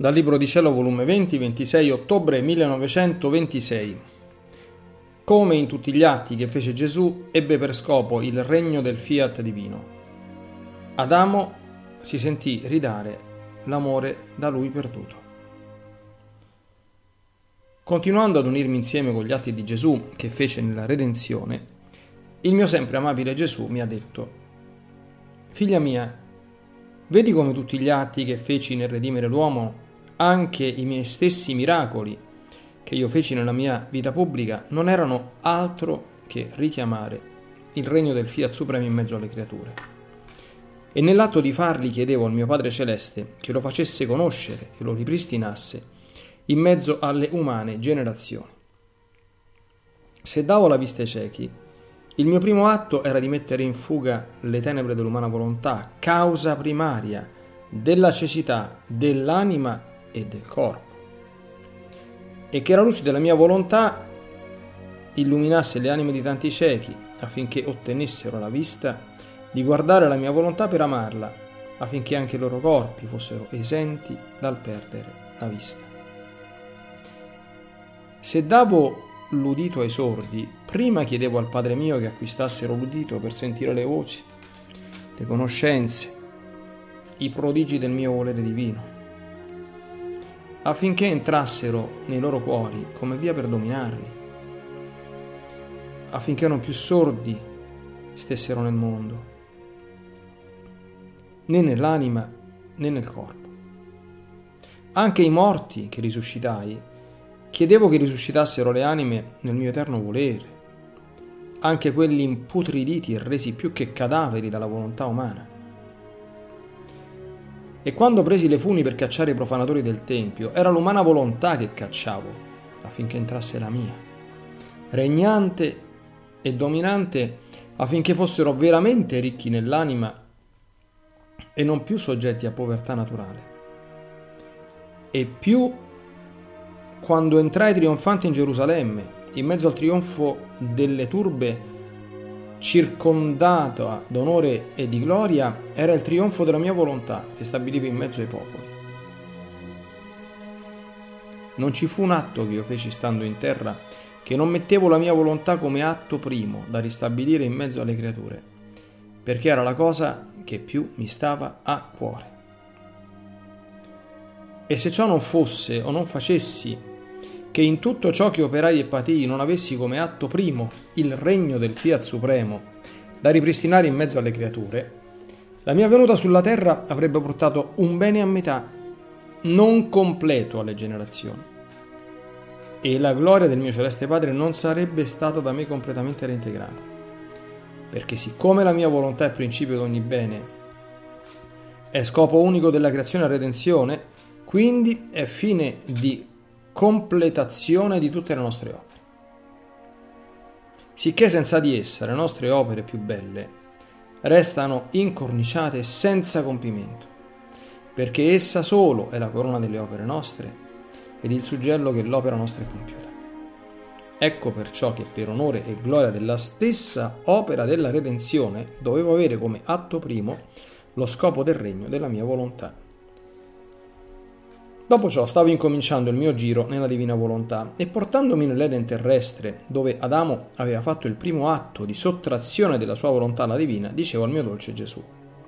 Dal Libro di Cielo, volume 20, 26 ottobre 1926. Come in tutti gli atti che fece Gesù, ebbe per scopo il regno del fiat divino. Adamo si sentì ridare l'amore da lui perduto. Continuando ad unirmi insieme con gli atti di Gesù che fece nella redenzione, il mio sempre amabile Gesù mi ha detto: figlia mia, vedi come tutti gli atti che feci nel redimere l'uomo, anche i miei stessi miracoli che io feci nella mia vita pubblica, non erano altro che richiamare il regno del Fiat Supremo in mezzo alle creature. E nell'atto di farli chiedevo al mio Padre Celeste che lo facesse conoscere e lo ripristinasse in mezzo alle umane generazioni. Se davo la vista ai ciechi, il mio primo atto era di mettere in fuga le tenebre dell'umana volontà, causa primaria della cecità dell'anima e del corpo, e che la luce della mia volontà illuminasse le anime di tanti ciechi affinché ottenessero la vista di guardare la mia volontà per amarla, affinché anche i loro corpi fossero esenti dal perdere la vista. Se davo l'udito ai sordi, prima chiedevo al Padre mio che acquistassero l'udito per sentire le voci, le conoscenze, i prodigi del mio volere divino, affinché entrassero nei loro cuori come via per dominarli, affinché non più sordi stessero nel mondo, né nell'anima né nel corpo. Anche i morti che risuscitai, chiedevo che risuscitassero le anime nel mio eterno volere, anche quelli imputriditi e resi più che cadaveri dalla volontà umana. E quando presi le funi per cacciare i profanatori del Tempio, era l'umana volontà che cacciavo, affinché entrasse la mia, regnante e dominante, affinché fossero veramente ricchi nell'anima e non più soggetti a povertà naturale. E più quando entrai trionfante in Gerusalemme, in mezzo al trionfo delle turbe, circondata d'onore e di gloria, era il trionfo della mia volontà che stabiliva in mezzo ai popoli. Non ci fu un atto che io feci stando in terra che non mettevo la mia volontà come atto primo da ristabilire in mezzo alle creature, perché era la cosa che più mi stava a cuore. E se ciò non fosse o non facessi, che in tutto ciò che operai e patii non avessi come atto primo il regno del Fiat Supremo da ripristinare in mezzo alle creature, la mia venuta sulla terra avrebbe portato un bene a metà, non completo alle generazioni, e la gloria del mio Celeste Padre non sarebbe stata da me completamente reintegrata, perché siccome la mia volontà è principio di ogni bene, è scopo unico della creazione e redenzione, quindi è fine di completazione di tutte le nostre opere. Sicché senza di essa le nostre opere più belle restano incorniciate senza compimento, perché essa solo è la corona delle opere nostre ed il suggello che l'opera nostra è compiuta. Ecco perciò che per onore e gloria della stessa opera della redenzione dovevo avere come atto primo lo scopo del regno della mia volontà. Dopo ciò stavo incominciando il mio giro nella divina volontà e portandomi nell'Eden terrestre, dove Adamo aveva fatto il primo atto di sottrazione della sua volontà alla divina, dicevo al mio dolce Gesù: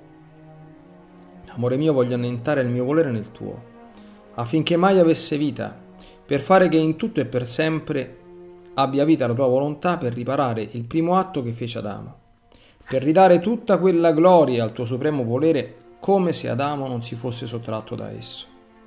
amore mio, voglio annentare il mio volere nel tuo, affinché mai avesse vita, per fare che in tutto e per sempre abbia vita la tua volontà, per riparare il primo atto che fece Adamo, per ridare tutta quella gloria al tuo supremo volere, come se Adamo non si fosse sottratto da esso.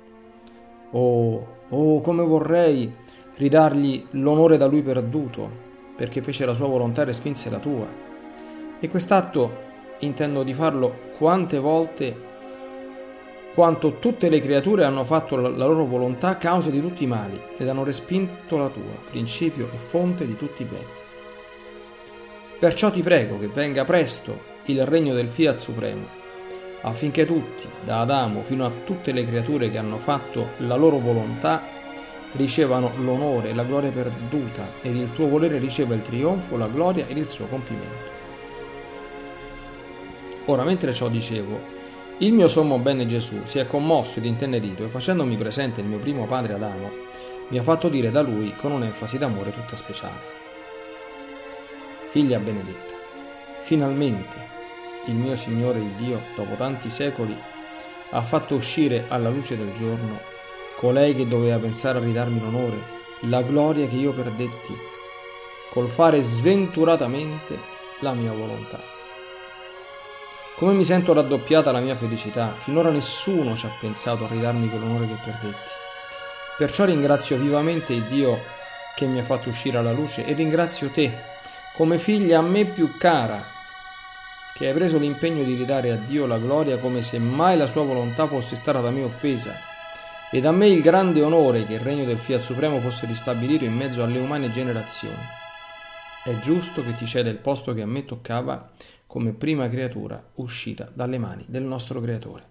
Oh, come vorrei ridargli l'onore da lui perduto, perché fece la sua volontà e respinse la tua. E quest'atto intendo di farlo quante volte quanto tutte le creature hanno fatto la loro volontà causa di tutti i mali ed hanno respinto la tua, principio e fonte di tutti i beni. Perciò ti prego che venga presto il regno del Fiat Supremo, affinché tutti, da Adamo fino a tutte le creature che hanno fatto la loro volontà, ricevano l'onore e la gloria perduta, ed il tuo volere riceva il trionfo, la gloria ed il suo compimento. Ora, mentre ciò dicevo, Il mio sommo bene Gesù si è commosso ed intenerito e facendomi presente il mio primo padre Adamo, mi ha fatto dire da lui con un'enfasi d'amore tutta speciale: figlia benedetta, finalmente il mio Signore il Dio, dopo tanti secoli, ha fatto uscire alla luce del giorno colei che doveva pensare a ridarmi l'onore, la gloria che io perdetti, col fare sventuratamente la mia volontà. Come mi sento raddoppiata la mia felicità, finora nessuno ci ha pensato a ridarmi quell'onore che perdetti. Perciò ringrazio vivamente il Dio che mi ha fatto uscire alla luce e ringrazio te, come figlia a me più cara, che hai preso l'impegno di ridare a Dio la gloria come se mai la sua volontà fosse stata da me offesa, ed a me il grande onore che il regno del Fiat Supremo fosse ristabilito in mezzo alle umane generazioni. È giusto che ti ceda il posto che a me toccava come prima creatura uscita dalle mani del nostro Creatore.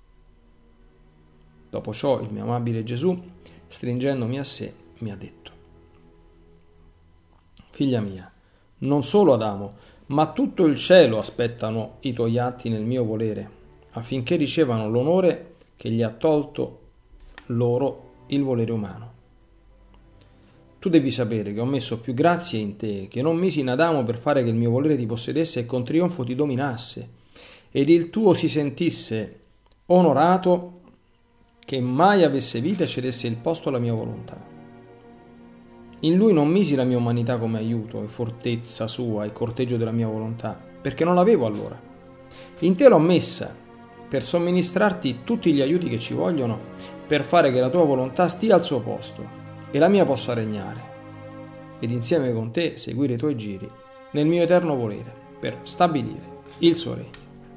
Dopo ciò il mio amabile Gesù, stringendomi a sé, mi ha detto: figlia mia, non solo Adamo, ma tutto il cielo aspettano i tuoi atti nel mio volere, affinché ricevano l'onore che gli ha tolto loro il volere umano. Tu devi sapere che ho messo più grazie in te, che non misi in Adamo per fare che il mio volere ti possedesse e con trionfo ti dominasse, ed il tuo si sentisse onorato che mai avesse vita e cedesse il posto alla mia volontà. In lui non misi la mia umanità come aiuto e fortezza sua e corteggio della mia volontà, perché non l'avevo allora. In te l'ho messa per somministrarti tutti gli aiuti che ci vogliono per fare che la tua volontà stia al suo posto e la mia possa regnare, ed insieme con te seguire i tuoi giri nel mio eterno volere per stabilire il suo regno.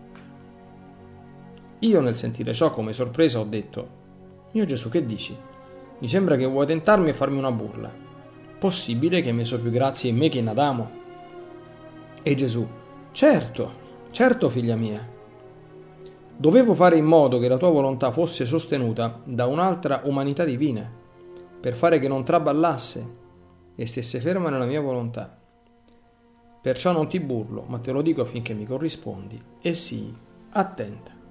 Io nel sentire ciò come sorpresa ho detto: mio Gesù, che dici? Mi sembra che vuoi tentarmi e farmi una burla. Possibile che hai messo più grazie in me che in Adamo? E Gesù: certo figlia mia. Dovevo fare in modo che la tua volontà fosse sostenuta da un'altra umanità divina, per fare che non traballasse e stesse ferma nella mia volontà. Perciò non ti burlo, ma te lo dico affinché mi corrispondi e sii attenta.